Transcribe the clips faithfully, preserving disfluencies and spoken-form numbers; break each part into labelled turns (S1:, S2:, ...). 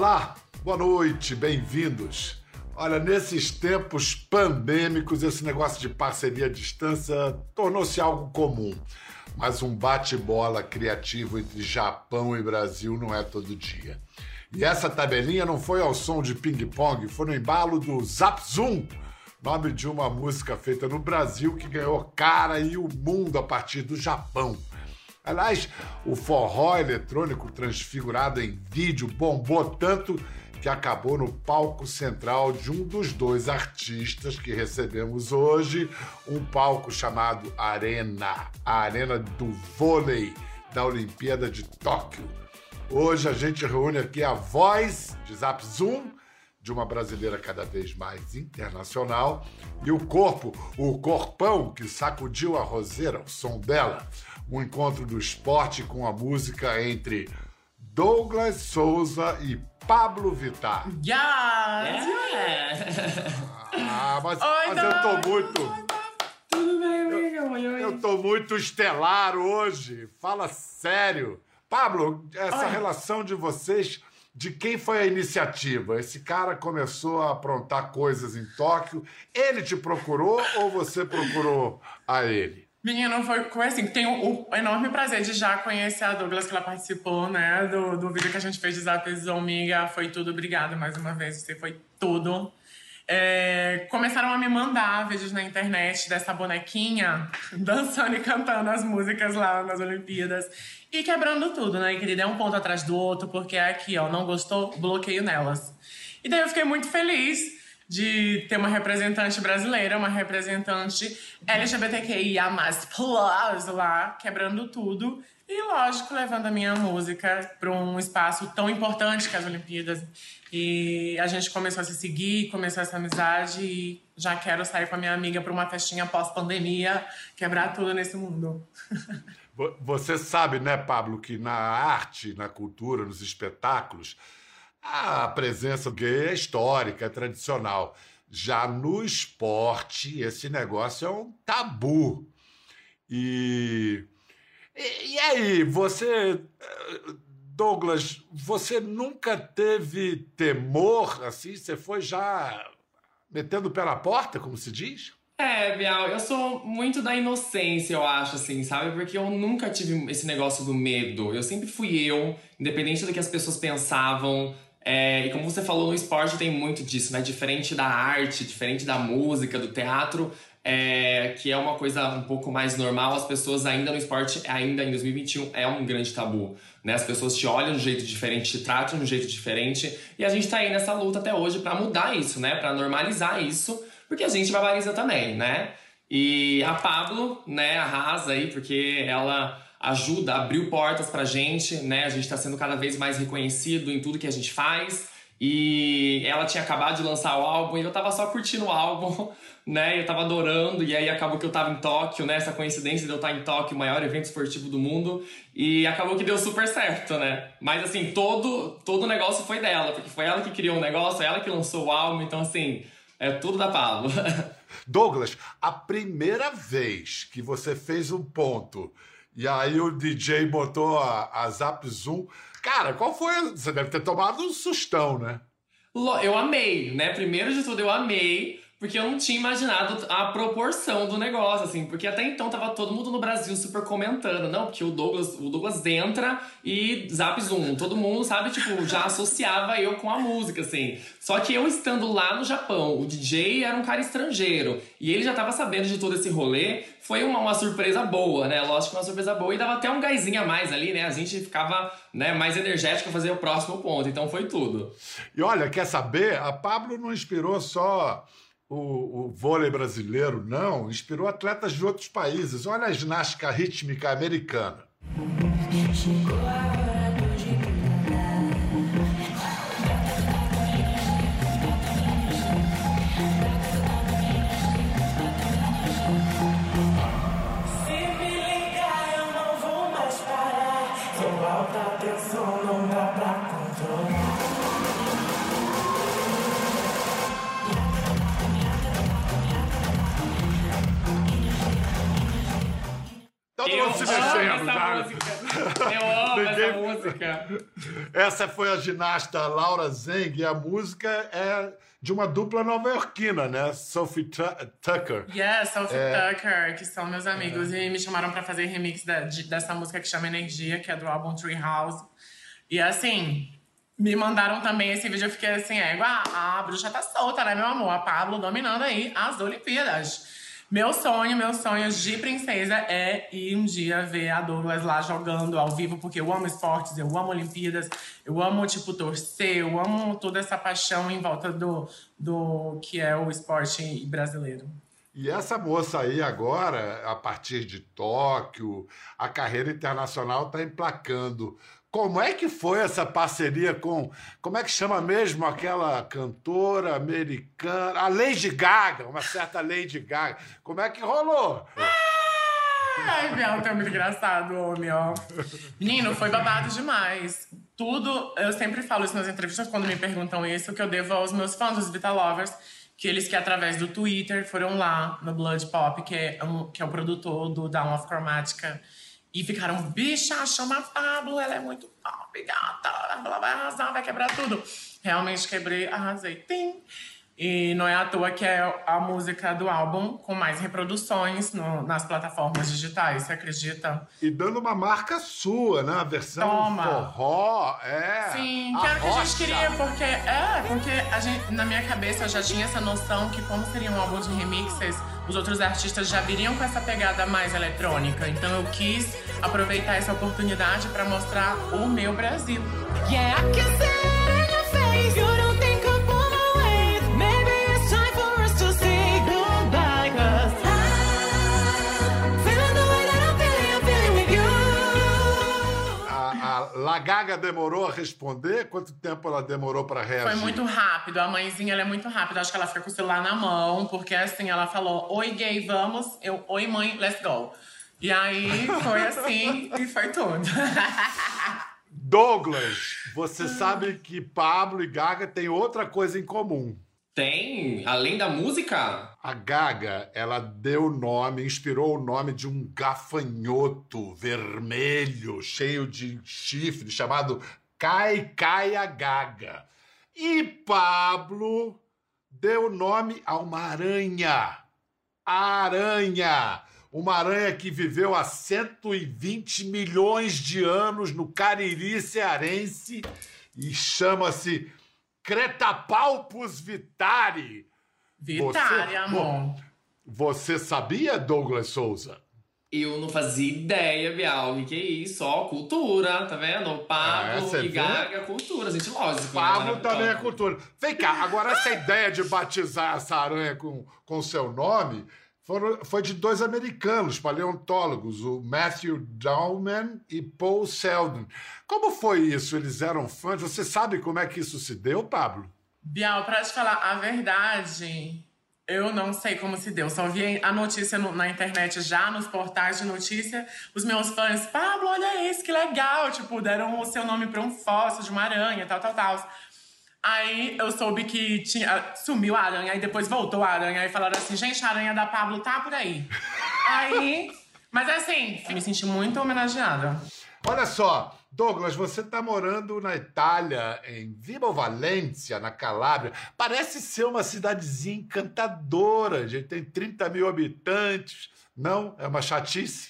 S1: Olá, boa noite, bem-vindos. Olha, nesses tempos pandêmicos, esse negócio de parceria à distância tornou-se algo comum. Mas um bate-bola criativo entre Japão e Brasil não é todo dia. E essa tabelinha não foi ao som de ping-pong, foi no embalo do Zap Zoom, nome de uma música feita no Brasil que ganhou cara e o mundo a partir do Japão. Aliás, o forró eletrônico transfigurado em vídeo bombou tanto que acabou no palco central de um dos dois artistas que recebemos hoje, um palco chamado Arena, a Arena do Vôlei da Olimpíada de Tóquio. Hoje a gente reúne aqui a voz de Zap Zoom, de uma brasileira cada vez mais internacional, e o corpo, o corpão que sacudiu a roseira, o som dela. Um encontro do esporte com a música entre Douglas Souza e Pablo Vittar.
S2: Yes!
S3: Yeah.
S1: Ah, mas,
S2: Oi,
S1: mas eu tô
S2: Douglas.
S1: muito...
S2: Tudo bem, amiga? Oi, oi.
S1: Eu tô muito estelar hoje. Fala sério. Pablo, essa
S2: Oi.
S1: relação de vocês, de quem foi a iniciativa? Esse cara começou a aprontar coisas em Tóquio. Ele te procurou ou você procurou a ele?
S2: Menino, foi, foi assim, tenho o enorme prazer de já conhecer a Douglas, que ela participou, né, do, do vídeo que a gente fez de Zap Zoom, amiga. Foi tudo, obrigada mais uma vez, você foi tudo. É, começaram a me mandar vídeos na internet dessa bonequinha dançando e cantando as músicas lá nas Olimpíadas e quebrando tudo, né, querida? É um ponto atrás do outro, porque é aqui, ó, não gostou, bloqueio nelas. E daí eu fiquei muito feliz de ter uma representante brasileira, uma representante L G B T Q I A mais plus lá, quebrando tudo. E, lógico, levando a minha música para um espaço tão importante que as Olimpíadas. E a gente começou a se seguir, começou essa amizade e já quero sair com a minha amiga para uma festinha pós-pandemia, quebrar tudo nesse mundo.
S1: Você sabe, né, Pablo, que na arte, na cultura, nos espetáculos, a presença gay é histórica, é tradicional. Já no esporte, esse negócio é um tabu. E, e, e aí, você, Douglas, você nunca teve temor, assim? Você foi já metendo o pé na porta, como se diz?
S3: É, Bial, eu sou muito da inocência, eu acho, assim, sabe? Porque eu nunca tive esse negócio do medo. Eu sempre fui eu, independente do que as pessoas pensavam. É, e como você falou, no esporte tem muito disso, né? Diferente da arte, diferente da música, do teatro, é, que é uma coisa um pouco mais normal, as pessoas ainda no esporte, ainda em dois mil e vinte e um, é um grande tabu, né? As pessoas te olham de um jeito diferente, te tratam de um jeito diferente, e a gente tá aí nessa luta até hoje pra mudar isso, né? Pra normalizar isso, porque a gente barbariza também, né? E a Pablo, né, arrasa aí, porque ela ajuda, abriu portas pra gente, né? A gente tá sendo cada vez mais reconhecido em tudo que a gente faz. E ela tinha acabado de lançar o álbum e eu tava só curtindo o álbum, né? Eu tava adorando, e aí acabou que eu tava em Tóquio, né? Essa coincidência de eu estar em Tóquio, o maior evento esportivo do mundo. E acabou que deu super certo, né? Mas assim, todo, todo o negócio foi dela, porque foi ela que criou o negócio, ela que lançou o álbum, então assim, é tudo da Pablo.
S1: Douglas, a primeira vez que você fez um ponto e aí o D J botou a, a Zap Zoom, cara, qual foi? Você deve ter tomado um sustão, né?
S3: Eu amei, né? Primeiro de tudo, eu amei, porque eu não tinha imaginado a proporção do negócio, assim, porque até então tava todo mundo no Brasil super comentando, não, porque o Douglas, o Douglas entra e Zap Zoom, todo mundo, sabe, tipo, já associava eu com a música, assim. Só que eu estando lá no Japão, o D J era um cara estrangeiro, e ele já tava sabendo de todo esse rolê, foi uma, uma surpresa boa, né? Lógico que uma surpresa boa, e dava até um gásinho a mais ali, né? A gente ficava, né, mais energético a fazer o próximo ponto, então foi tudo.
S1: E olha, quer saber? A Pablo não inspirou só o, o vôlei brasileiro, não. Inspirou atletas de outros países. Olha a ginástica rítmica americana. Então todo
S3: Eu
S1: mundo se
S3: amo
S1: mexendo.
S3: essa
S1: já.
S3: música. Eu amo
S1: Ninguém-
S3: essa música.
S1: Essa foi a ginasta Laura Zeng e a música é de uma dupla nova-iorquina, né? Sophie Tu- Tucker.
S2: Yes, Sophie Tucker, que são meus amigos. E me chamaram pra fazer remix da- de- dessa música que chama Energia, que é do álbum Treehouse. E assim, me mandaram também esse vídeo. Eu fiquei assim, é igual a, a bruxa tá solta, né, meu amor? A Pablo dominando aí as Olimpíadas. Meu sonho, meu sonho de princesa é ir um dia ver a Douglas lá jogando ao vivo, porque eu amo esportes, eu amo Olimpíadas, eu amo, tipo, torcer, eu amo toda essa paixão em volta do, do que é o esporte brasileiro.
S1: E essa moça aí agora, a partir de Tóquio, a carreira internacional está emplacando. Como é que foi essa parceria com... Como é que chama mesmo aquela cantora americana? A Lady Gaga, uma certa Lady Gaga. Como é que rolou?
S2: Ai, Biel, tá muito engraçado, homem, ó. Menino, foi babado demais. Tudo, eu sempre falo isso nas entrevistas quando me perguntam isso, que eu devo aos meus fãs, os Vita Lovers, que eles que através do Twitter foram lá no Blood Pop, que é, um, que é o produtor do Down of Chromatica, e ficaram, bicha, chama a Pablo, ela é muito pop, gata, ela vai arrasar, vai quebrar tudo. Realmente quebrei, arrasei, tim. E não é à toa que é a música do álbum com mais reproduções no, nas plataformas digitais, você acredita?
S1: E dando uma marca sua, né? A versão
S2: Toma.
S1: forró, é.
S2: Sim,
S1: a
S2: que era o que a gente
S1: rocha.
S2: queria, porque, é, porque a gente, na minha cabeça eu já tinha essa noção que como seria um álbum de remixes, os outros artistas já viriam com essa pegada mais eletrônica. Então eu quis aproveitar essa oportunidade para mostrar o meu Brasil.
S4: Yeah, I can see it in your face. You don't think I'm on my way. Maybe it's time for us to say goodbye. Cause I'm feeling the way that I'm feeling, I'm feeling with you.
S1: A, a La Gaga demorou a responder? Quanto tempo ela demorou para reagir?
S2: Foi muito rápido. A mãezinha, ela é muito rápida. Acho que ela fica com o celular na mão, porque assim, ela falou, oi gay, vamos. Eu, oi mãe, let's go. E aí, foi assim, e foi tudo.
S1: Douglas, você sabe que Pablo e Gaga têm outra coisa em comum.
S3: Tem? Além da música?
S1: A Gaga, ela deu o nome, inspirou o nome de um gafanhoto vermelho, cheio de chifre, chamado Kai Kai Gaga. E Pablo deu nome a uma aranha. A aranha. Uma aranha que viveu há cento e vinte milhões de anos no Cariri cearense e chama-se Cretapalpus vitari.
S2: Vitari,
S1: Você-
S2: amor.
S1: Você sabia, Douglas Souza?
S3: Eu não fazia ideia, Bial. O que, que é isso? Ó, cultura, tá vendo?
S1: Ah,
S3: Pablo
S1: você
S3: e
S1: vê?
S3: Gaga, cultura, gente, lógico.
S1: Pablo
S3: né?
S1: também é cultura. Vem cá, agora essa ideia de batizar essa aranha com o seu nome foram, foi de dois americanos, paleontólogos, o Matthew Dowman e Paul Sheldon. Como foi isso? Eles eram fãs? Você sabe como é que isso se deu, Pablo?
S2: Bial, pra te falar a verdade, eu não sei como se deu. Só vi a notícia no- na internet já, nos portais de notícia. Os meus fãs, Pablo, olha isso, que legal. Tipo, deram o seu nome pra um fóssil de uma aranha, tal, tal, tal. Aí eu soube que tinha, sumiu a aranha, aí depois voltou a aranha. Aí falaram assim, gente, a aranha da Pablo tá por aí. Aí, mas assim, me senti muito homenageada.
S1: Olha só, Douglas, você está morando na Itália, em Vibo Valentia, na Calábria. Parece ser uma cidadezinha encantadora, gente. Tem trinta mil habitantes. Não? É uma chatice?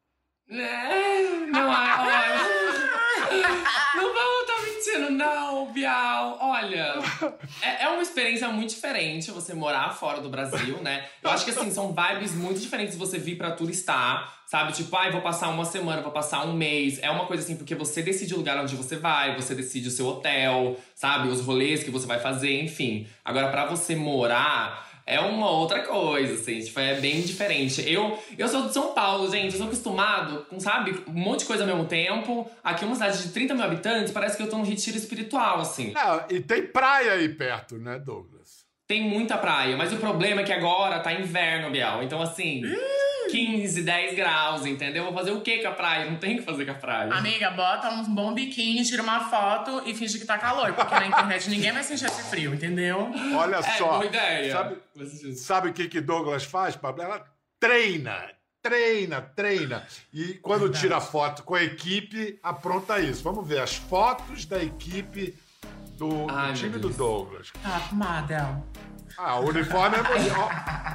S3: É, não, olha. Não vamos estar mentindo, não, Bial. Olha, é, é uma experiência muito diferente você morar fora do Brasil, né? Eu acho que, assim, são vibes muito diferentes você vir pra turistar, sabe? Tipo, ai, vou passar uma semana, vou passar um mês. É uma coisa assim, porque você decide o lugar onde você vai, você decide o seu hotel, sabe? Os rolês que você vai fazer, enfim. Agora, pra você morar... é uma outra coisa, assim, tipo, é bem diferente. Eu, eu sou de São Paulo, gente, eu sou acostumado com, sabe, um monte de coisa ao mesmo tempo. Aqui, uma cidade de trinta mil habitantes, parece que eu tô num retiro espiritual, assim.
S1: É, e tem praia aí perto, né, Douglas?
S3: Tem muita praia, mas o problema é que agora tá inverno, Bial. Então, assim, quinze, dez graus, entendeu? Vou fazer o que com a praia? Não tem o que fazer com a praia.
S2: Amiga, bota um bom biquíni, tira uma foto e finge que tá calor. Porque na internet ninguém vai sentir esse frio, entendeu?
S1: Olha
S3: É,
S1: só.
S3: boa ideia.
S1: Sabe, sabe o que que Douglas faz, Pablo? Ela treina. treina, treina. E quando
S2: Verdade.
S1: tira foto com a equipe, apronta isso. Vamos ver as fotos da equipe do, do
S3: Ai,
S1: time
S3: meu
S1: do
S3: Deus.
S1: Douglas.
S2: Tá arrumada.
S1: Ah, o uniforme é bonito. Ó,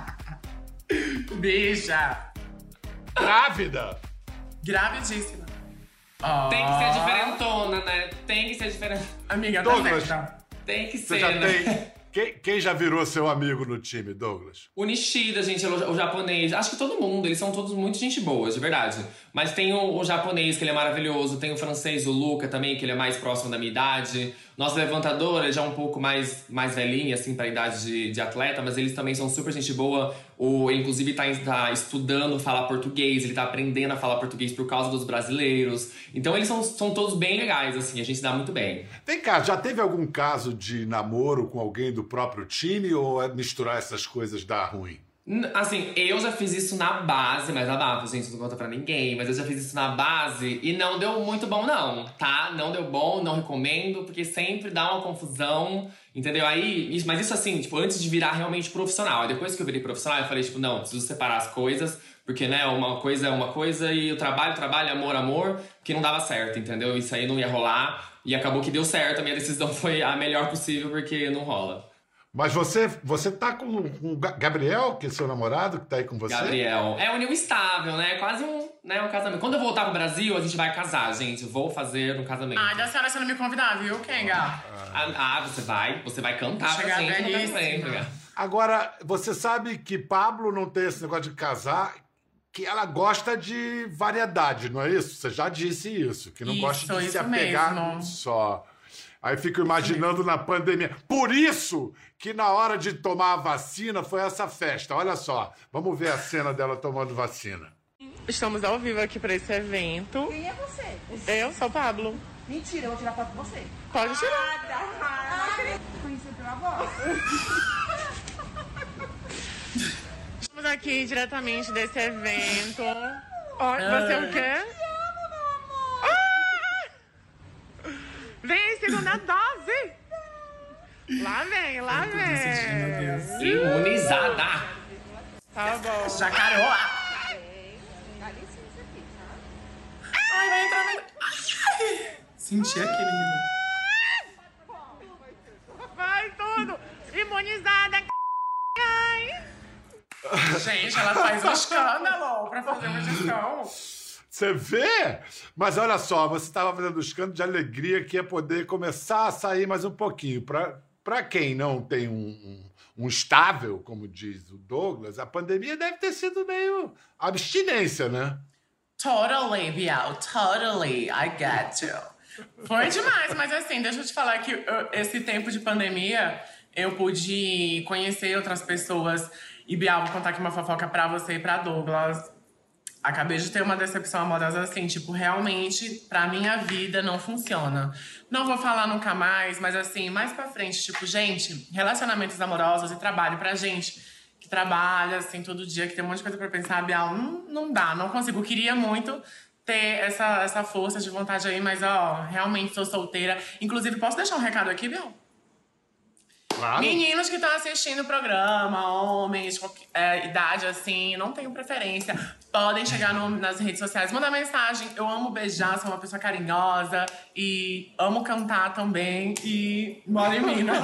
S2: Bicha.
S1: grávida.
S2: Gravidíssima. Ó.
S3: Tem que ser diferentona, né? Tem que ser diferente.
S2: Amiga, tá
S1: Douglas.
S2: certa.
S3: Tem que
S1: Você
S3: ser,
S1: já
S3: né?
S1: tem... Quem, quem já virou seu amigo no time, Douglas?
S3: O Nishida, gente, o, o japonês. Acho que todo mundo, eles são todos muito gente boa, de verdade. Mas tem o, o japonês, que ele é maravilhoso. Tem o francês, o Luca, também, que ele é mais próximo da minha idade. Nosso levantador, ele já é um pouco mais, mais velhinho, assim, pra idade de, de atleta. Mas eles também são super gente boa. O, ele, inclusive, tá, tá estudando falar português. Ele tá aprendendo a falar português por causa dos brasileiros. Então, eles são, são todos bem legais, assim. A gente se dá muito bem.
S1: Vem cá, já teve algum caso de namoro com alguém do próprio time ou é misturar essas coisas dá ruim?
S3: N- Assim, eu já fiz isso na base, mas na base, gente, não conta pra ninguém. Mas eu já fiz isso na base e não deu muito bom, não, tá? Não deu bom, não recomendo, porque sempre dá uma confusão, entendeu? Aí, isso- mas isso assim, tipo, antes de virar realmente profissional. Aí depois que eu virei profissional, eu falei, tipo, não, preciso separar as coisas, porque, né, uma coisa é uma coisa e o trabalho, trabalho, amor, amor, que não dava certo, entendeu? Isso aí não ia rolar e acabou que deu certo. A minha decisão foi a melhor possível, porque não rola.
S1: Mas você, você tá com, com o Ga- Gabriel, que é seu namorado, que tá aí com você?
S3: Gabriel. É união estável, né? Quase um, né, um casamento. Quando eu voltar pro Brasil, a gente vai casar, gente. Vou fazer um casamento.
S2: Ai, da senhora você não me convidar, viu, Kenga?
S3: Ah, ah, você vai? Você vai cantar pra
S2: Chegar
S3: gente no
S2: belíssima.
S3: casamento.
S1: Agora, você sabe que Pablo não tem esse negócio de casar, que ela gosta de variedade, não é isso? Você já disse isso, que não
S2: Isso,
S1: gosta de se
S2: isso
S1: apegar
S2: mesmo.
S1: num só. Aí fico imaginando na pandemia. Por isso que na hora de tomar a vacina foi essa festa. Olha só, vamos ver a cena dela tomando vacina.
S2: Estamos ao vivo aqui pra esse evento.
S5: Quem é você?
S2: Eu sou o Pablo.
S5: Mentira, eu vou tirar foto com você.
S2: Pode tirar.
S5: Ah, tá. Ah, conheci pela voz.
S2: Estamos aqui diretamente desse evento. Olha, você é o quê? Ah! Vem, segunda dose! Lá vem, lá vem.
S3: Imunizada!
S2: Tá bom. Jacaroa! Ai, vai entrar, vai entrar. Ai, senti aquele menino. Vai tudo! Imunizada, c... Ai. Gente, ela faz um escândalo pra fazer uma gestão.
S1: Você vê? Mas olha só, você estava fazendo um escândalo de alegria que ia poder começar a sair mais um pouquinho. Para quem não tem um, um, um estável, como diz o Douglas, a pandemia deve ter sido meio abstinência, né?
S2: Totally, Bial, totally, I get you. Foi demais, mas assim, deixa eu te falar que eu- esse tempo de pandemia eu pude conhecer outras pessoas. E Bial, vou contar aqui uma fofoca pra você e pra Douglas. Acabei de ter uma decepção amorosa assim, tipo, realmente, pra minha vida não funciona. Não vou falar nunca mais, mas assim, mais pra frente, tipo, gente, relacionamentos amorosos e trabalho pra gente que trabalha, assim, todo dia, que tem um monte de coisa pra pensar, Bial, não, não dá, não consigo. Queria muito ter essa, essa força de vontade aí, mas, ó, realmente sou solteira. Inclusive, posso deixar um recado aqui, Bial?
S1: Claro.
S2: Meninos que estão assistindo o programa, homens, qualquer, é, idade assim, não tenho preferência, podem chegar no- nas redes sociais, mandar mensagem. Eu amo beijar, sou uma pessoa carinhosa e amo cantar também e moro em Minas.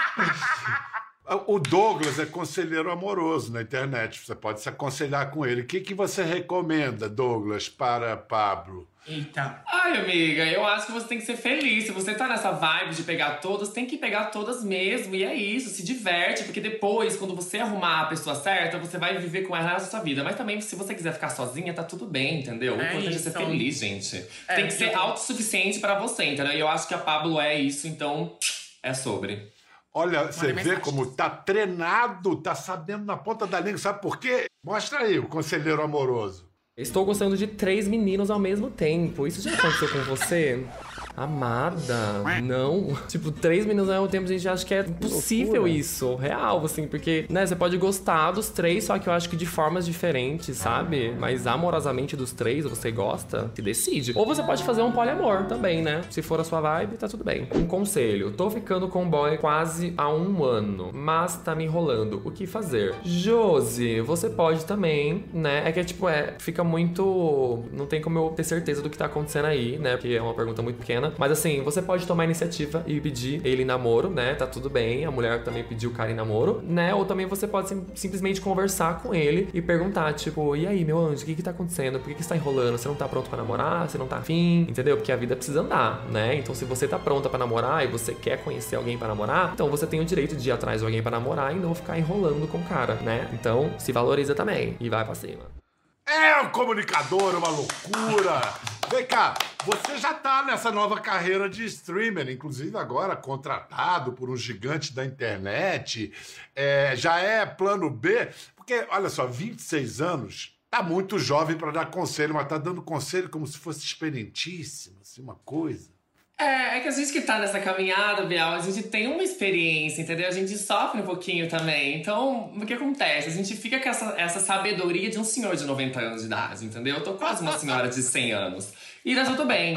S1: O Douglas é conselheiro amoroso na internet. Você pode se aconselhar com ele. O que, que você recomenda, Douglas, para Pablo?
S2: Eita.
S3: Ai, amiga, eu acho que você tem que ser feliz. Se você tá nessa vibe de pegar todas, tem que pegar todas mesmo. E é isso, se diverte. Porque depois, quando você arrumar a pessoa certa, você vai viver com ela na sua vida. Mas também, se você quiser ficar sozinha, tá tudo bem, entendeu? O
S2: É
S3: importante é ser
S2: isso.
S3: feliz, gente.
S2: É,
S3: tem que ser
S2: eu-
S3: autossuficiente pra você, entendeu? E eu acho que a Pablo é isso, então é sobre.
S1: Olha, você vê
S2: mensagem.
S1: como tá treinado, tá sabendo na ponta da língua. Sabe por quê? Mostra aí o conselheiro amoroso.
S6: Estou gostando de três meninos ao mesmo tempo. Isso já aconteceu com você?
S3: Amada, não. Tipo, três meninos ao mesmo tempo, a gente acha que é impossível
S6: loucura.
S3: isso. Real, assim, porque, né, você pode gostar dos três, só que eu acho que de formas diferentes, sabe? Mas amorosamente dos três, você gosta, se decide. Ou você pode fazer um poliamor também, né? Se for a sua vibe, tá tudo bem. Um conselho. Tô ficando com um boy quase há um ano, mas tá me enrolando. O que fazer? Josi, você pode também, né? É que, tipo, é, fica muito... Não tem como eu ter certeza do que tá acontecendo aí, né? Porque é uma pergunta muito pequena. Mas, assim, você pode tomar a iniciativa e pedir ele em namoro, né? Tá tudo bem. A mulher também pediu o cara em namoro, né? Ou também você pode sim- simplesmente conversar com ele e perguntar, tipo, e aí, meu anjo, o que que tá acontecendo? Por que que você tá enrolando? Você não tá pronto pra namorar? Você não tá afim? Entendeu? Porque a vida precisa andar, né? Então, se você tá pronta pra namorar e você quer conhecer alguém pra namorar, então você tem o direito de ir atrás de alguém pra namorar e não ficar enrolando com o cara, né? Então, se valoriza também e vai pra cima.
S1: É um comunicador, uma loucura. Vem cá, você já tá nessa nova carreira de streamer, inclusive agora contratado por um gigante da internet. É, já é plano B? Porque, olha só, vinte e seis anos, tá muito jovem para dar conselho, mas tá dando conselho como se fosse experientíssimo, assim, uma coisa.
S3: É, é que a gente que tá nessa caminhada, Biel, a gente tem uma experiência, entendeu? A gente sofre um pouquinho também. Então, o que acontece? A gente fica com essa, essa sabedoria de um senhor de noventa anos de idade, entendeu? Eu tô quase uma senhora de cem anos. E tá tudo bem.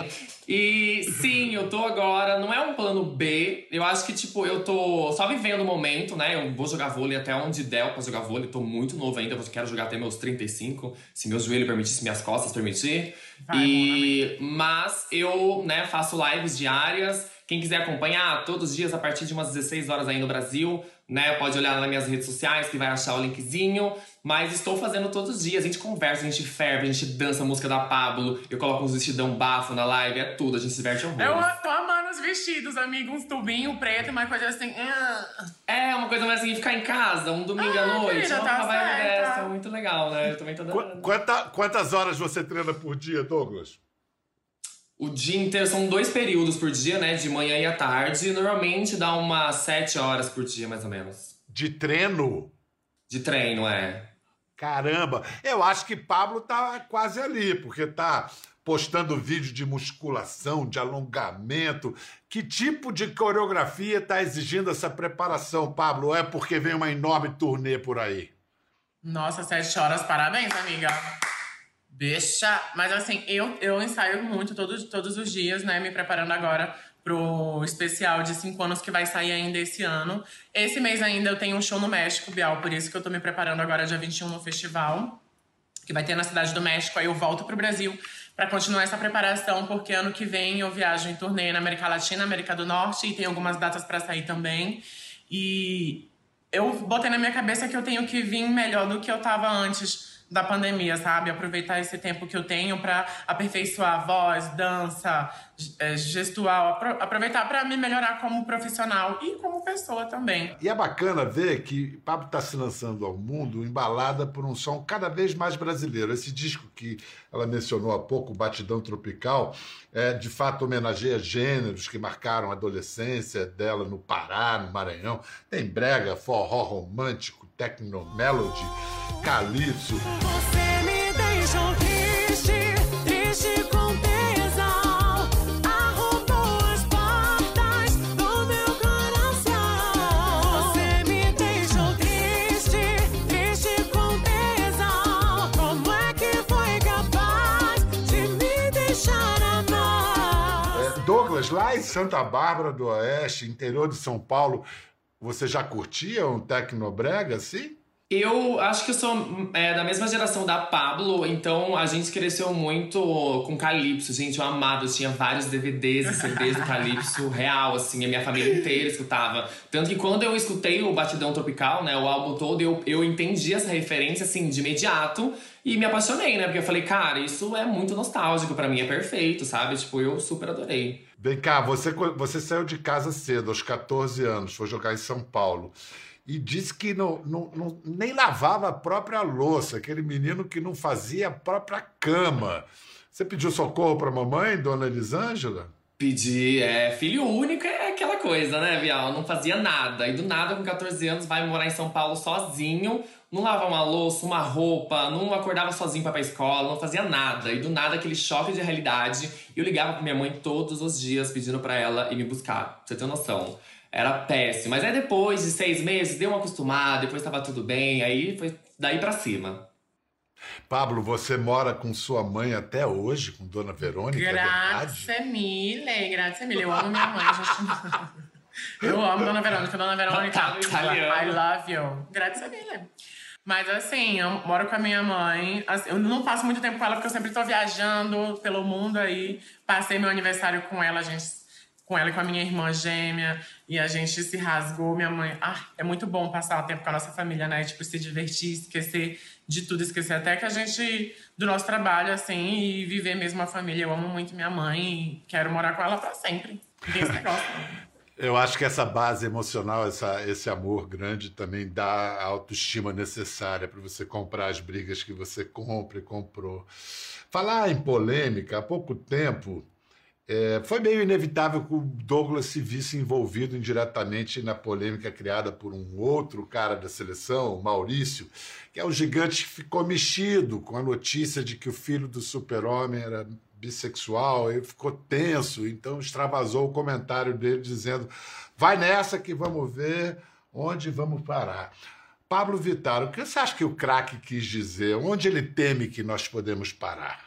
S3: E sim, eu tô agora, não é um plano B. Eu acho que, tipo, eu tô só vivendo o momento, né? Eu vou jogar vôlei até onde der pra jogar vôlei. Tô muito novo ainda, eu quero jogar até meus trinta e cinco, se meu joelho permitir, se minhas costas permitir.
S2: Vai,
S3: e Mas eu, né, faço lives diárias. Quem quiser acompanhar, todos os dias, a partir de umas dezesseis horas aí no Brasil, né? Pode olhar nas minhas redes sociais que vai achar o linkzinho. Mas estou fazendo todos os dias. A gente conversa, a gente ferve, a gente dança a música da Pablo. Eu coloco uns vestidão bafo na live, é tudo. A gente se diverte horrores.
S2: Eu tô amando os vestidos, amigo. Uns tubinhos preto e uma coisa assim. ah.
S3: É, uma coisa mais assim, ficar em casa, um domingo
S2: Ah,
S3: à noite.
S2: querida,
S3: É uma
S2: tá
S3: vibe
S2: certa.
S3: dessa, muito legal, né? Eu também tô
S1: Qu-
S3: dando.
S1: quanta- quantas horas você treina por dia, Douglas?
S3: O dia inteiro, são dois períodos por dia, né? De manhã e à tarde. Normalmente dá umas sete horas por dia, mais ou menos.
S1: De treino?
S3: De treino, é.
S1: Caramba! Eu acho que Pablo tá quase ali, porque tá postando vídeo de musculação, de alongamento. Que tipo de coreografia tá exigindo essa preparação, Pablo? Ou é porque vem uma enorme turnê por aí?
S2: Nossa, sete horas, parabéns, amiga. Bicha. Mas assim, eu, eu ensaio muito todos, todos os dias, né? Me preparando agora pro especial de cinco anos que vai sair ainda esse ano. Esse mês ainda eu tenho um show no México, Bial, por isso que eu tô me preparando agora dia vinte e um no festival, que vai ter na Cidade do México. Aí eu volto pro Brasil pra continuar essa preparação, porque ano que vem eu viajo em turnê na América Latina, América do Norte, e tem algumas datas pra sair também. E eu botei na minha cabeça que eu tenho que vir melhor do que eu tava antes da pandemia, sabe? Aproveitar esse tempo que eu tenho pra aperfeiçoar a voz, dança, eh, gestual, apro- aproveitar pra me melhorar como profissional e como pessoa também.
S1: E é bacana ver que Pablo está se lançando ao mundo embalada por um som cada vez mais brasileiro. Esse disco que ela mencionou há pouco, Batidão Tropical, é, de fato homenageia gêneros que marcaram a adolescência dela no Pará, no Maranhão. Tem brega, forró romântico, techno melody, calypso.
S4: Você me deixou triste, triste com tesão. Arrombou as portas do meu coração. Você me deixou triste, triste com tesão. Como é que foi capaz de me deixar amar?
S1: É, Douglas, lá em Santa Bárbara do Oeste, interior de São Paulo, você já curtia um tecnobrega assim?
S3: Eu acho que eu sou é, da mesma geração da Pablo, então a gente cresceu muito com Calypso, gente, eu amava, eu tinha vários D V Ds e C Ds do Calypso, real, assim, a minha família inteira escutava. Tanto que quando eu escutei o Batidão Tropical, né, o álbum todo, eu, eu entendi essa referência, assim, de imediato e me apaixonei, né, porque eu falei, cara, isso é muito nostálgico pra mim, é perfeito, sabe? Tipo, eu super adorei.
S1: Vem cá, você, você saiu de casa cedo, aos catorze anos, foi jogar em São Paulo. E disse que não, não, não, nem lavava a própria louça, aquele menino que não fazia a própria cama. Você pediu socorro para a mamãe, dona Elisângela?
S3: Pedi, é, filho único é aquela coisa, né, Bial? Não fazia nada. E do nada, com catorze anos, vai morar em São Paulo sozinho. Não lavava uma louça, uma roupa, não acordava sozinho pra ir pra escola, não fazia nada. E do nada, aquele choque de realidade. E eu ligava pra minha mãe todos os dias, pedindo pra ela ir me buscar. Pra você ter noção. Era péssimo. Mas aí depois de seis meses, deu uma acostumada, depois tava tudo bem. Aí foi daí pra cima.
S1: Pablo, você mora com sua mãe até hoje, com Dona Verônica, é verdade?
S2: Grazie mille, grazie mille. Eu amo minha mãe, gente. Eu amo Dona Verônica. Dona Verônica, I love you. Grazie mille. Mas assim, eu moro com a minha mãe. Assim, eu não passo muito tempo com ela, porque eu sempre tô viajando pelo mundo aí. Passei meu aniversário com ela, a gente... com ela e com a minha irmã gêmea, e a gente se rasgou, minha mãe... Ah, é muito bom passar o tempo com a nossa família, né? Tipo, se divertir, esquecer de tudo, esquecer até que a gente... do nosso trabalho, assim, e viver mesmo a família. Eu amo muito minha mãe e quero morar com ela pra sempre. Não tem esse negócio, não.
S1: Eu acho que essa base emocional, essa, esse amor grande também dá a autoestima necessária para você comprar as brigas que você compra e comprou. Falar em polêmica, há pouco tempo... É, foi meio inevitável que o Douglas se visse envolvido indiretamente na polêmica criada por um outro cara da seleção, o Maurício, que é o gigante que ficou mexido com a notícia de que o filho do super-homem era bissexual, ele ficou tenso, então extravasou o comentário dele dizendo: vai nessa que vamos ver onde vamos parar. Pablo Vittar, o que você acha que o craque quis dizer? Onde ele teme que nós podemos parar?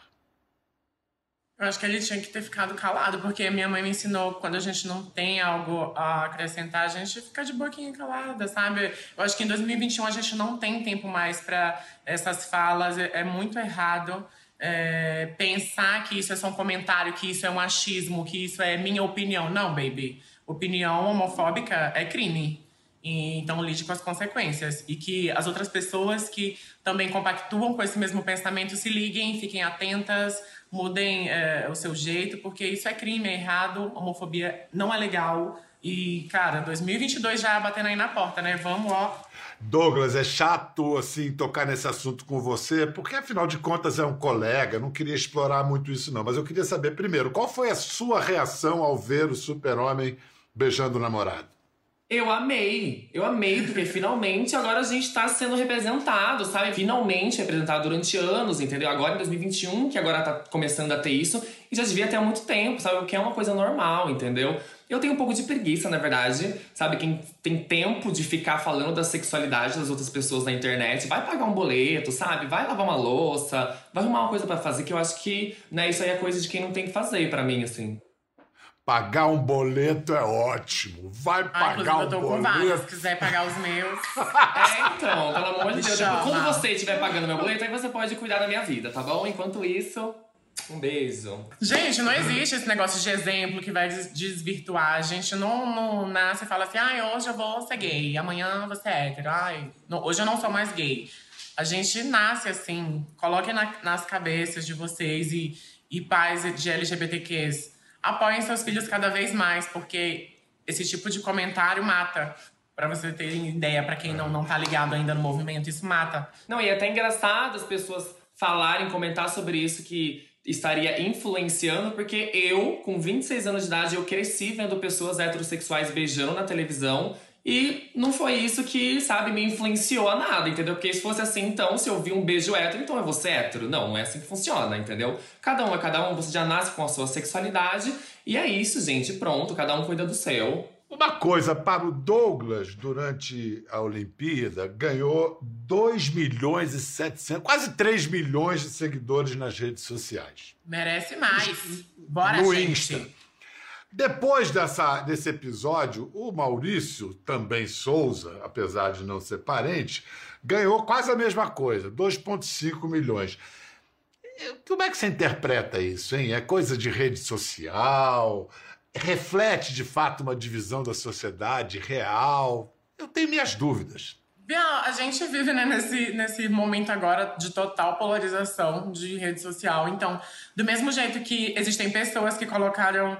S2: Eu acho que ele tinha que ter ficado calado, porque a minha mãe me ensinou que quando a gente não tem algo a acrescentar, a gente fica de boquinha calada, sabe? Eu acho que em dois mil e vinte e um a gente não tem tempo mais para essas falas, é, é muito errado é, pensar que isso é só um comentário, que isso é um achismo, que isso é minha opinião. Não, baby. Opinião homofóbica é crime. E, então lide com as consequências. E que as outras pessoas que também compactuam com esse mesmo pensamento se liguem, fiquem atentas, mudem é, o seu jeito, porque isso é crime, é errado, homofobia não é legal. E, cara, dois mil e vinte e dois já batendo aí na porta, né? Vamos, ó.
S1: Douglas, é chato, assim, tocar nesse assunto com você, porque, afinal de contas, é um colega, eu não queria explorar muito isso, não. Mas eu queria saber, primeiro, qual foi a sua reação ao ver o super-homem beijando o namorado?
S3: Eu amei, eu amei, porque finalmente agora a gente tá sendo representado, sabe? Finalmente representado durante anos, entendeu? Agora em dois mil e vinte e um, que agora tá começando a ter isso, e já devia ter há muito tempo, sabe? O que é uma coisa normal, entendeu? Eu tenho um pouco de preguiça, na verdade, sabe? Quem tem tempo de ficar falando da sexualidade das outras pessoas na internet, vai pagar um boleto, sabe? Vai lavar uma louça, vai arrumar uma coisa pra fazer, que eu acho que, né, isso aí é coisa de quem não tem que fazer pra mim, assim.
S1: Pagar um boleto é ótimo. Vai
S2: Ah,
S1: pagar
S2: inclusive,
S1: um
S2: eu tô com
S1: boleto.
S2: vários. Se quiser pagar os meus.
S3: É, então, pelo amor de
S2: Me
S3: Deus.
S2: chama.
S3: Quando você estiver pagando meu boleto, aí você pode cuidar da minha vida, tá bom? Enquanto isso, um beijo.
S2: Gente, não existe esse negócio de exemplo que vai des- desvirtuar. A gente não, não nasce e fala assim, ai, hoje eu vou ser gay, amanhã eu vou ser hétero, ai, não- hoje eu não sou mais gay. A gente nasce assim, coloquem na- nas cabeças de vocês e, e pais de L G B T Qs, apoiem seus filhos cada vez mais, porque esse tipo de comentário mata. Pra você ter ideia, pra quem não, não tá ligado ainda no movimento, isso mata.
S3: Não, e é até engraçado as pessoas falarem, comentar sobre isso, que estaria influenciando, porque eu, com vinte e seis anos de idade, eu cresci vendo pessoas heterossexuais beijando na televisão. E não foi isso que, sabe, me influenciou a nada, entendeu? Porque se fosse assim, então, se eu vi um beijo hétero, então eu vou ser hétero. Não, não é assim que funciona, entendeu? Cada um é cada um, você já nasce com a sua sexualidade. E é isso, gente, pronto, cada um cuida do seu.
S1: Uma coisa, para o Douglas, durante a Olimpíada, ganhou dois milhões e setecentos, quase três milhões de seguidores nas redes sociais.
S2: Merece mais. Bora,
S1: no
S2: gente.
S1: Insta. Depois dessa, desse episódio, o Maurício, também Souza, apesar de não ser parente, ganhou quase a mesma coisa, dois vírgula cinco milhões. Como é que você interpreta isso, hein? É coisa de rede social? Reflete, de fato, uma divisão da sociedade real? Eu tenho minhas dúvidas.
S2: Bia, a gente vive, né, nesse, nesse momento agora de total polarização de rede social. Então, do mesmo jeito que existem pessoas que colocaram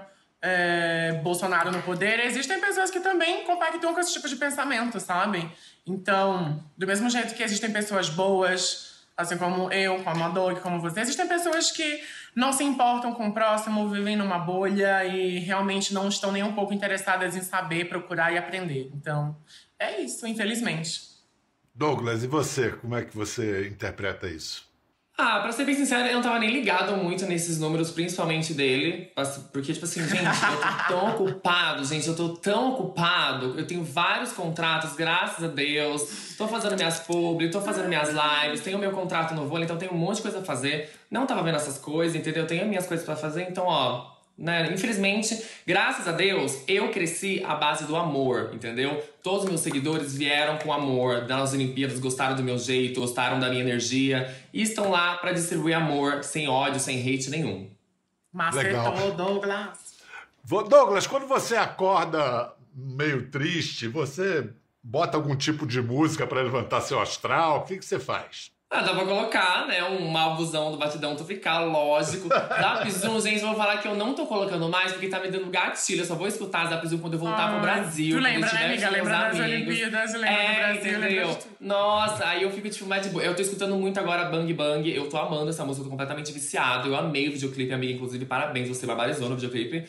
S2: é, Bolsonaro no poder, existem pessoas que também compactuam com esse tipo de pensamento, sabe? Então, do mesmo jeito que existem pessoas boas, assim como eu, como a Doug, como você, existem pessoas que não se importam com o próximo, vivem numa bolha e realmente não estão nem um pouco interessadas em saber, procurar e aprender. Então, é isso, infelizmente.
S1: Douglas, e você? Como é que você interpreta isso?
S3: Ah, pra ser bem sincera, eu não tava nem ligado muito nesses números, principalmente dele. Porque, tipo assim, gente, eu tô tão ocupado, gente, eu tô tão ocupado. Eu tenho vários contratos, graças a Deus. Tô fazendo minhas publi, tô fazendo minhas lives, tenho meu contrato no vôlei, então tenho um monte de coisa a fazer. Não tava vendo essas coisas, entendeu? Tenho minhas coisas pra fazer, então, ó... Né? Infelizmente, graças a Deus, eu cresci à base do amor, entendeu? Todos os meus seguidores vieram com amor nas Olimpíadas, gostaram do meu jeito, gostaram da minha energia e estão lá pra distribuir amor, sem ódio, sem hate nenhum.
S2: Macetou, Douglas.
S1: Vô- Douglas, quando você acorda meio triste, você bota algum tipo de música pra levantar seu astral? O que, que você faz?
S3: Ah, dá pra colocar, né, um álbumzão do Batidão Tropical, lógico. Zap Zoom, gente, eu vou falar que eu não tô colocando mais porque tá me dando gatilho. Eu só vou escutar Zap Zoom quando eu voltar
S2: Ah,
S3: pro Brasil.
S2: tu
S3: quando eu
S2: lembra, né,
S3: estiver
S2: amiga?
S3: com meus
S2: Lembra das
S3: amigos.
S2: Olimpíadas, lembra
S3: É,
S2: do Brasil, lembra
S3: entendeu?
S2: de tudo.
S3: Nossa, aí eu fico tipo mais de boa. Eu tô escutando muito agora Bang Bang. Eu tô amando essa música, eu tô completamente viciado. Eu amei o videoclipe, amiga. Inclusive, parabéns, você barbarizou no videoclipe.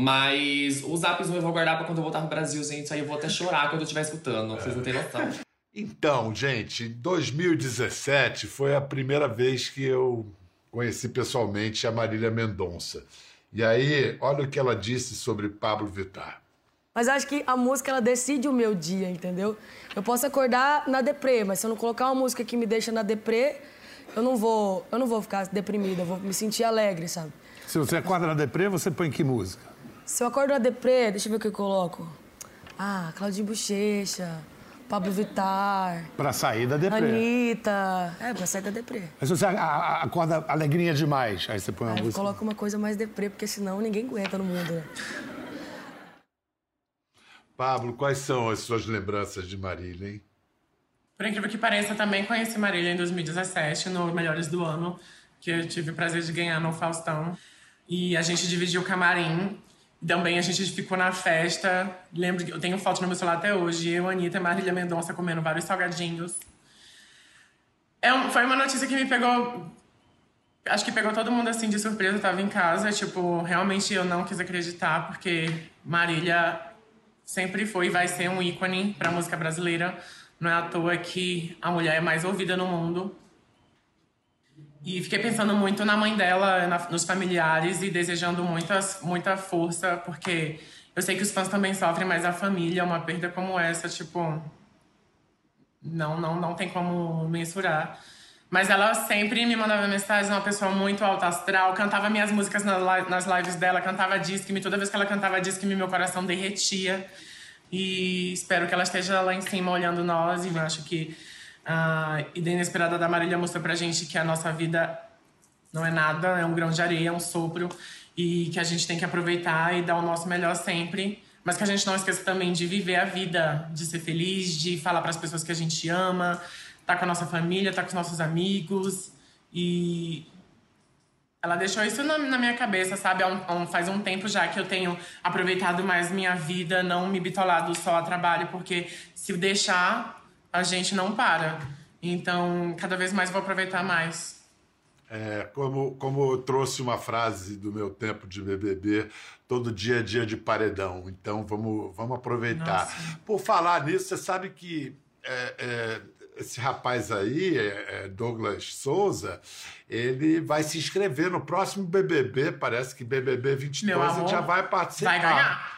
S3: Mas o Zap Zoom eu vou guardar pra quando eu voltar pro Brasil, gente. Aí eu vou até chorar quando eu estiver escutando. Vocês não têm noção.
S1: Então, gente, em dois mil e dezessete foi a primeira vez que eu conheci pessoalmente a Marília Mendonça. E aí, olha o que ela disse sobre Pablo Vittar.
S6: Mas acho que a música, ela decide o meu dia, entendeu? Eu posso acordar na deprê, mas se eu não colocar uma música que me deixa na deprê, eu não vou, eu não vou ficar deprimida, eu vou me sentir alegre, sabe?
S7: Se você acorda na deprê, você põe que música?
S6: Se eu acordo na deprê, deixa eu ver o que eu coloco. Ah, Claudinho Bochecha, Pablo Vittar,
S7: Pra sair da deprê.
S6: Anitta. É, pra sair da deprê.
S7: Mas se você a- a- acorda alegrinha demais, aí você põe uma
S6: Aí eu
S7: música.
S6: coloco uma coisa mais deprê, porque senão ninguém aguenta no mundo, né?
S1: Pablo, quais são as suas lembranças de Marília, hein?
S2: Por incrível que pareça, também conheci Marília em dois mil e dezessete, no Melhores do Ano, que eu tive o prazer de ganhar no Faustão. E a gente dividiu o camarim. Também a gente ficou na festa. Lembro que eu tenho foto no meu celular até hoje. Eu, Anitta e Marília Mendonça comendo vários salgadinhos. É um- foi uma notícia que me pegou... Acho que pegou todo mundo assim de surpresa. Eu tava em casa, tipo, realmente eu não quis acreditar, porque Marília sempre foi e vai ser um ícone pra música brasileira. Não é à toa que a mulher é mais ouvida no mundo. E fiquei pensando muito na mãe dela, na- nos familiares e desejando muitas, muita força, porque eu sei que os fãs também sofrem, mas a família, uma perda como essa, tipo, não, não, não tem como mensurar. Mas ela sempre me mandava mensagens, uma pessoa muito alta astral, cantava minhas músicas na li- nas lives dela, cantava Disque-me, toda vez que ela cantava Disque-me, meu coração derretia. E espero que ela esteja lá em cima olhando nós, e eu acho que a Ida Inesperada da Marília mostrou pra gente que a nossa vida não é nada, é um grão de areia, é um sopro, e que a gente tem que aproveitar e dar o nosso melhor sempre, mas que a gente não esqueça também de viver a vida, de ser feliz, de falar pras pessoas que a gente ama, tá com a nossa família, tá com os nossos amigos, e ela deixou isso na, na minha cabeça, sabe? Há um- há um- faz um tempo já que eu tenho aproveitado mais minha vida, não me bitolado só a trabalho, porque se deixar, a gente não para. Então, cada vez mais vou aproveitar mais.
S1: É, como, como eu trouxe uma frase do meu tempo de B B B, todo dia é dia de paredão. Então, vamos, vamos aproveitar.
S2: Nossa.
S1: Por falar nisso, você sabe que é, é, esse rapaz aí, é, é Douglas Souza, ele vai se inscrever no próximo B B B. Parece que B B B vinte e dois
S2: Meu
S1: ele
S2: amor,
S1: já vai participar.
S2: vai ganhar.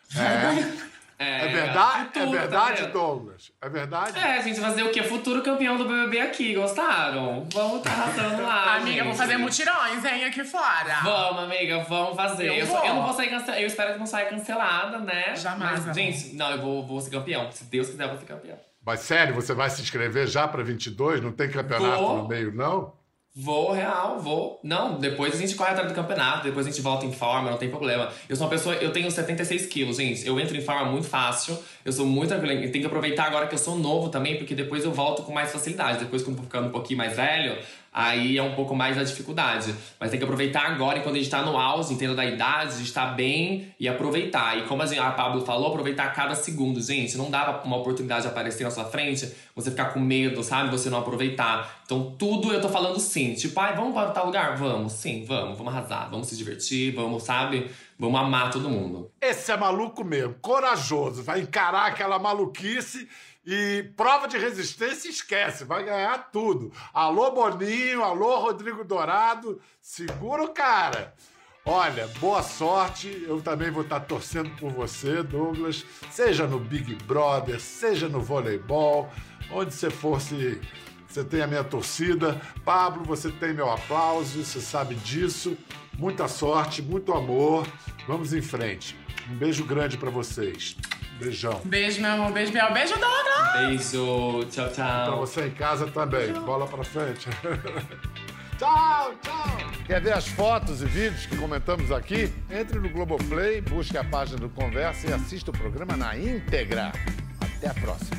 S1: É, é verdade,
S3: futuro,
S1: é
S3: tá
S1: verdade,
S3: vendo?
S1: Douglas? É verdade?
S3: É, a gente vai fazer o quê? Futuro campeão do B B B aqui, gostaram? Vamos tá arrasando lá,
S2: Amiga, vou
S3: gente.
S2: fazer mutirões, hein, aqui fora.
S3: Vamos, amiga, vamos fazer.
S2: Eu
S3: Eu, só-
S2: vou.
S3: eu não vou sair cancelada. Eu espero que não saia cancelada, né?
S2: Jamais,
S3: Mas,
S2: amor.
S3: gente, não, eu vou, vou ser campeão. Se Deus quiser, eu vou ser campeão.
S1: Mas sério, você vai se inscrever já para vinte e dois? Não tem campeonato
S3: Vou.
S1: no meio, não?
S3: Vou, real, vou. Não, depois a gente corre atrás do campeonato, depois a gente volta em forma, não tem problema. Eu sou uma pessoa, eu tenho setenta e seis quilos, gente. Eu entro em forma muito fácil, eu sou muito tranquila. E tenho que aproveitar agora que eu sou novo também, porque depois eu volto com mais facilidade. Depois, quando eu for ficando um pouquinho mais velho, aí é um pouco mais a dificuldade. Mas tem que aproveitar agora, enquanto a gente tá no auge, entendeu, da idade, a gente tá bem e aproveitar. E como a, gente, a Pablo falou, aproveitar cada segundo. Gente, não dá uma oportunidade aparecer na sua frente, você ficar com medo, sabe? Você não aproveitar. Então tudo eu tô falando sim. Tipo, ai, vamos para tal lugar? Vamos, sim, vamos. Vamos arrasar, vamos se divertir, vamos, sabe? Vamos amar todo mundo.
S1: Esse é maluco mesmo, corajoso. Vai encarar aquela maluquice e prova de resistência esquece. Vai ganhar tudo. Alô, Boninho. Alô, Rodrigo Dourado. Segura o cara. Olha, boa sorte. Eu também vou estar torcendo por você, Douglas. Seja no Big Brother, seja no voleibol. Onde você for, se... você tem a minha torcida. Pablo, você tem meu aplauso. Você sabe disso. Muita sorte, muito amor. Vamos em frente. Um beijo grande pra vocês. Beijão.
S2: Beijo, meu amor. Beijo, Biel. Beijo, Douglas!
S3: Beijo, tchau,
S1: Pra
S3: tchau.
S1: você em casa também. Bola pra frente. Tchau, tchau. Quer ver as fotos e vídeos que comentamos aqui? Entre no Globoplay, busque a página do Conversa e assista o programa na íntegra. Até a próxima.